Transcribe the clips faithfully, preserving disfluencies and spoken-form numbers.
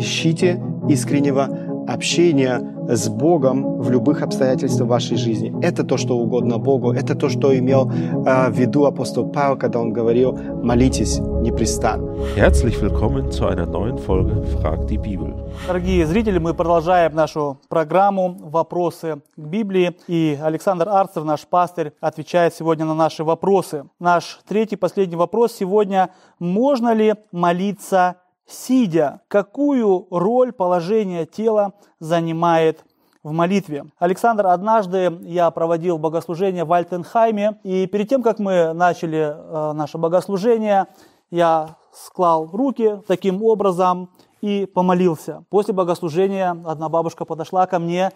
ищите искреннего общения с Богом в любых обстоятельствах вашей жизни. Это то, что угодно Богу. Это то, что имел э, в виду апостол Павел, когда он говорил: молитесь непрестанно. Herzlich willkommen zu einer neuen Folge Frag die Bibel. Дорогие зрители, мы продолжаем нашу программу «Вопросы к Библии». И Александр Арцер, наш пастырь, отвечает сегодня на наши вопросы. Наш третий, последний вопрос сегодня: можно ли молиться сидя? Какую роль положение тела занимает в молитве? Александр, однажды я проводил богослужение в Альтенхайме, и перед тем, как мы начали э, наше богослужение, я склал руки таким образом и помолился. После богослужения одна бабушка подошла ко мне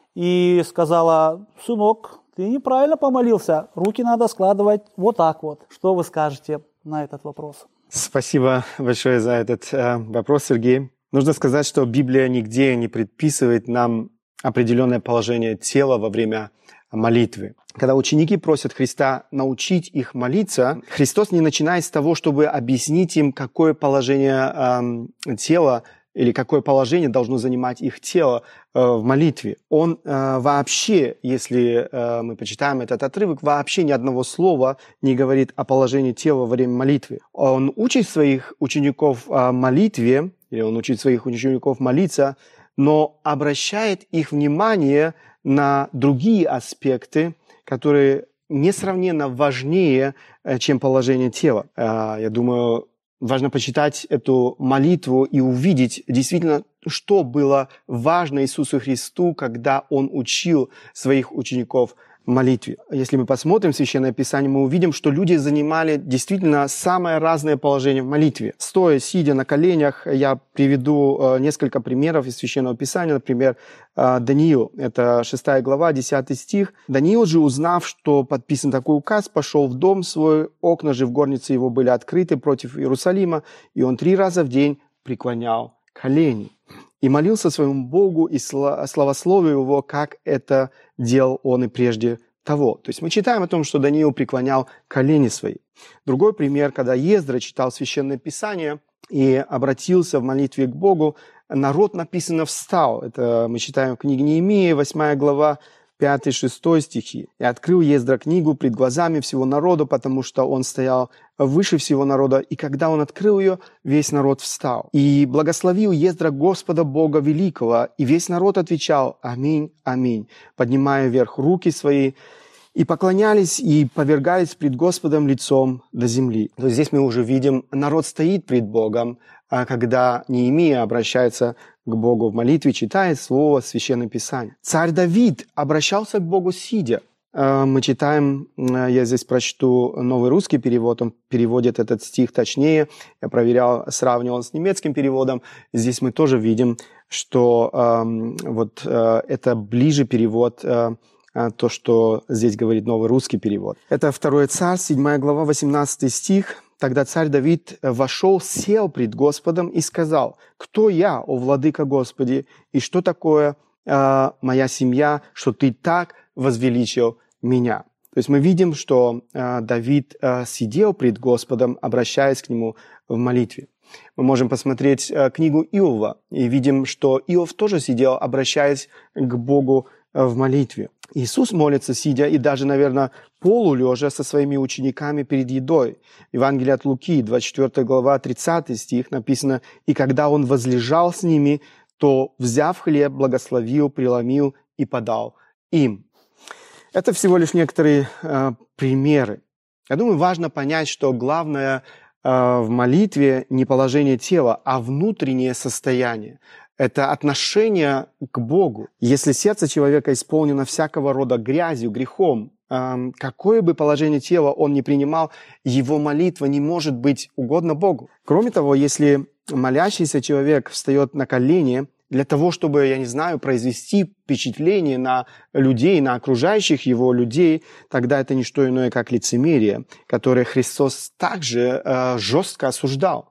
и сказала: «Сынок, ты неправильно помолился, руки надо складывать вот так вот». Что вы скажете на этот вопрос? Спасибо большое за этот э, вопрос, Сергей. Нужно сказать, что Библия нигде не предписывает нам определенное положение тела во время молитвы. Когда ученики просят Христа научить их молиться, Христос не начинает с того, чтобы объяснить им, какое положение э, тела или какое положение должно занимать их тело э, в молитве. Он э, вообще, если э, мы почитаем этот отрывок, вообще ни одного слова не говорит о положении тела во время молитвы. Он учит своих учеников о молитве, или он учит своих учеников молиться, но обращает их внимание на другие аспекты, которые несравненно важнее, э, чем положение тела. Э, я думаю, важно почитать эту молитву и увидеть действительно, что было важно Иисусу Христу, когда Он учил своих учеников молитве. Если мы посмотрим Священное Писание, мы увидим, что люди занимали действительно самое разное положение в молитве. Стоя, сидя, на коленях, я приведу несколько примеров из Священного Писания. Например, Даниил, это шестая глава, десятый стих. «Даниил же, узнав, что подписан такой указ, пошел в дом свой, окна же в горнице его были открыты против Иерусалима, и он три раза в день преклонял колени и молился своему Богу и славословил его, как это делал он и прежде того». То есть мы читаем о том, что Даниил преклонял колени свои. Другой пример, когда Ездра читал Священное Писание и обратился в молитве к Богу, народ, написано, встал. Это мы читаем в книге Неемии, восьмая глава, пятый-шестой стихи. «И открыл Ездра книгу пред глазами всего народа, потому что он стоял выше всего народа, и когда он открыл ее, весь народ встал. И благословил Ездра Господа Бога Великого, и весь народ отвечал: Аминь, аминь, поднимая вверх руки свои, и поклонялись, и повергались пред Господом лицом до земли». То есть здесь мы уже видим, народ стоит пред Богом, а когда Неемия обращается к Богу в молитве, читает слово Священного Писания. Царь Давид обращался к Богу сидя. Мы читаем, я здесь прочту новый русский перевод, он переводит этот стих точнее. Я проверял, сравнивал с немецким переводом. Здесь мы тоже видим, что э, вот э, это ближе перевод, э, то, что здесь говорит новый русский перевод. Это второе Царь, седьмая глава, восемнадцатый стих. «Тогда царь Давид вошел, сел пред Господом и сказал: Кто я, о владыка Господи, и что такое э, моя семья, что ты так возвеличил меня?» То есть мы видим, что э, Давид э, сидел пред Господом, обращаясь к нему в молитве. Мы можем посмотреть э, книгу Иова и видим, что Иов тоже сидел, обращаясь к Богу э, в молитве. Иисус молится сидя и даже, наверное, полулежа со своими учениками перед едой. Евангелие от Луки, двадцать четвёртая глава, тридцатый стих написано: «И когда он возлежал с ними, то, взяв хлеб, благословил, преломил и подал им». Это всего лишь некоторые э, примеры. Я думаю, важно понять, что главное э, в молитве не положение тела, а внутреннее состояние. Это отношение к Богу. Если сердце человека исполнено всякого рода грязью, грехом, э, какое бы положение тела он ни принимал, его молитва не может быть угодна Богу. Кроме того, если молящийся человек встает на колени для того, чтобы, я не знаю, произвести впечатление на людей, на окружающих его людей, тогда это не что иное, как лицемерие, которое Христос также э, жестко осуждал.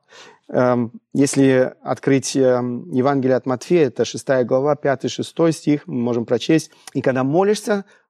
Если открыть Евангелие от Матфея, это шестая глава, пятый-шестой стих, мы можем прочесть: «И когда молишься,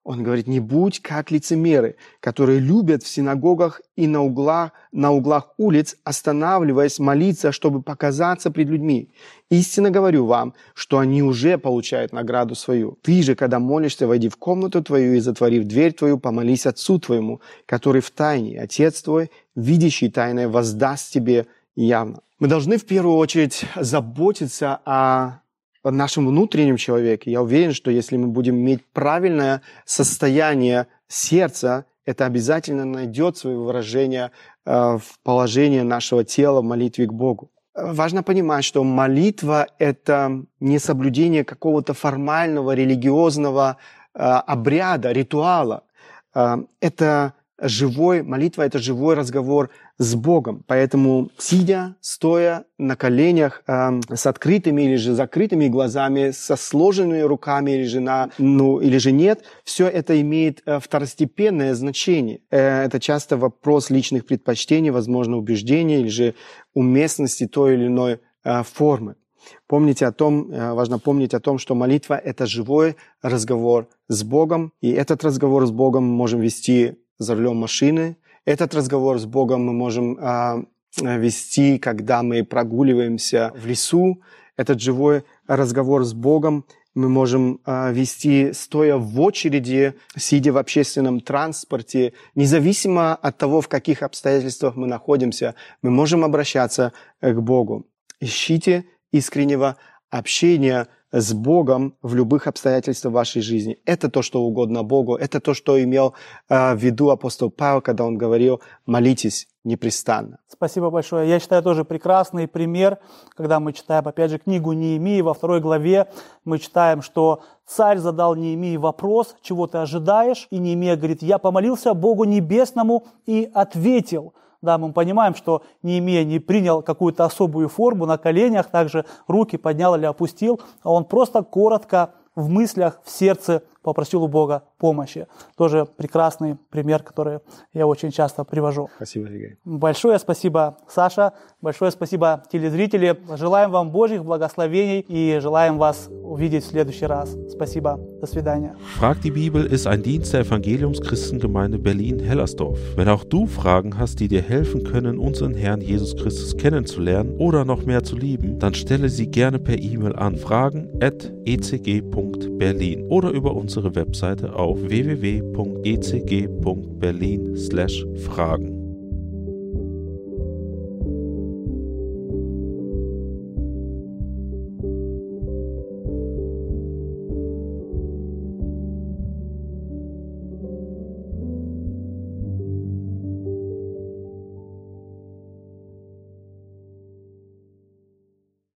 Он говорит, не будь как лицемеры, которые любят в синагогах и на углах, на углах улиц, останавливаясь молиться, чтобы показаться пред людьми. Истинно говорю вам, что они уже получают награду свою. Ты же, когда молишься, войди в комнату твою и, затворив дверь твою, помолись Отцу твоему, который в тайне. Отец твой, видящий тайное, воздаст тебе явно. Мы должны в первую очередь заботиться о в нашем внутреннем человеке. Я уверен, что если мы будем иметь правильное состояние сердца, это обязательно найдет свое выражение э, в положении нашего тела в молитве к Богу. Важно понимать, что молитва – это не соблюдение какого-то формального религиозного э, обряда, ритуала. Э, это живой, молитва – это живой разговор с Богом. Поэтому, сидя, стоя на коленях, э, с открытыми или же закрытыми глазами, со сложенными руками или же, на, ну, или же нет, все это имеет э, второстепенное значение. Э, это часто вопрос личных предпочтений, возможно, убеждений или же уместности той или иной э, формы. Помните о том, э, важно помнить о том, что молитва – это живой разговор с Богом, и этот разговор с Богом мы можем вести за рулем машины. Этот разговор с Богом мы можем э, вести, когда мы прогуливаемся в лесу. Этот живой разговор с Богом мы можем э, вести, стоя в очереди, сидя в общественном транспорте. Независимо от того, в каких обстоятельствах мы находимся, мы можем обращаться к Богу. Ищите искреннего общения с Богом в любых обстоятельствах вашей жизни. Это то, что угодно Богу. Это то, что имел э, в виду апостол Павел, когда он говорил «молитесь непрестанно». Спасибо большое. Я считаю, тоже прекрасный пример, когда мы читаем, опять же, книгу Неемии, во второй главе мы читаем, что царь задал Неемии вопрос, чего ты ожидаешь, и Неемия говорит, я помолился Богу Небесному и ответил. Да, мы понимаем, что Неемия не принял какую-то особую форму на коленях, также руки поднял или опустил, а он просто коротко в мыслях, в сердце попросил у Бога помощи. Тоже прекрасный пример, который я очень часто привожу. Спасибо, Сергей. Большое спасибо, Саша. Большое спасибо, телезрители. Желаем вам Божьих благословений и желаем вас увидеть в следующий раз. Спасибо. До свидания. Frag die Bibel ist ein Dienst der Evangeliumschristengemeinde Berlin-Hellersdorf. Wenn auch du Fragen hast, die dir helfen können, unseren Herrn Jesus Christus kennenzulernen oder noch mehr zu lieben, dann stelle sie gerne per E-Mail an fragen at e c g punkt berlin oder über unsere Webseite auf w w w punkt e c g punkt berlin slash fragen.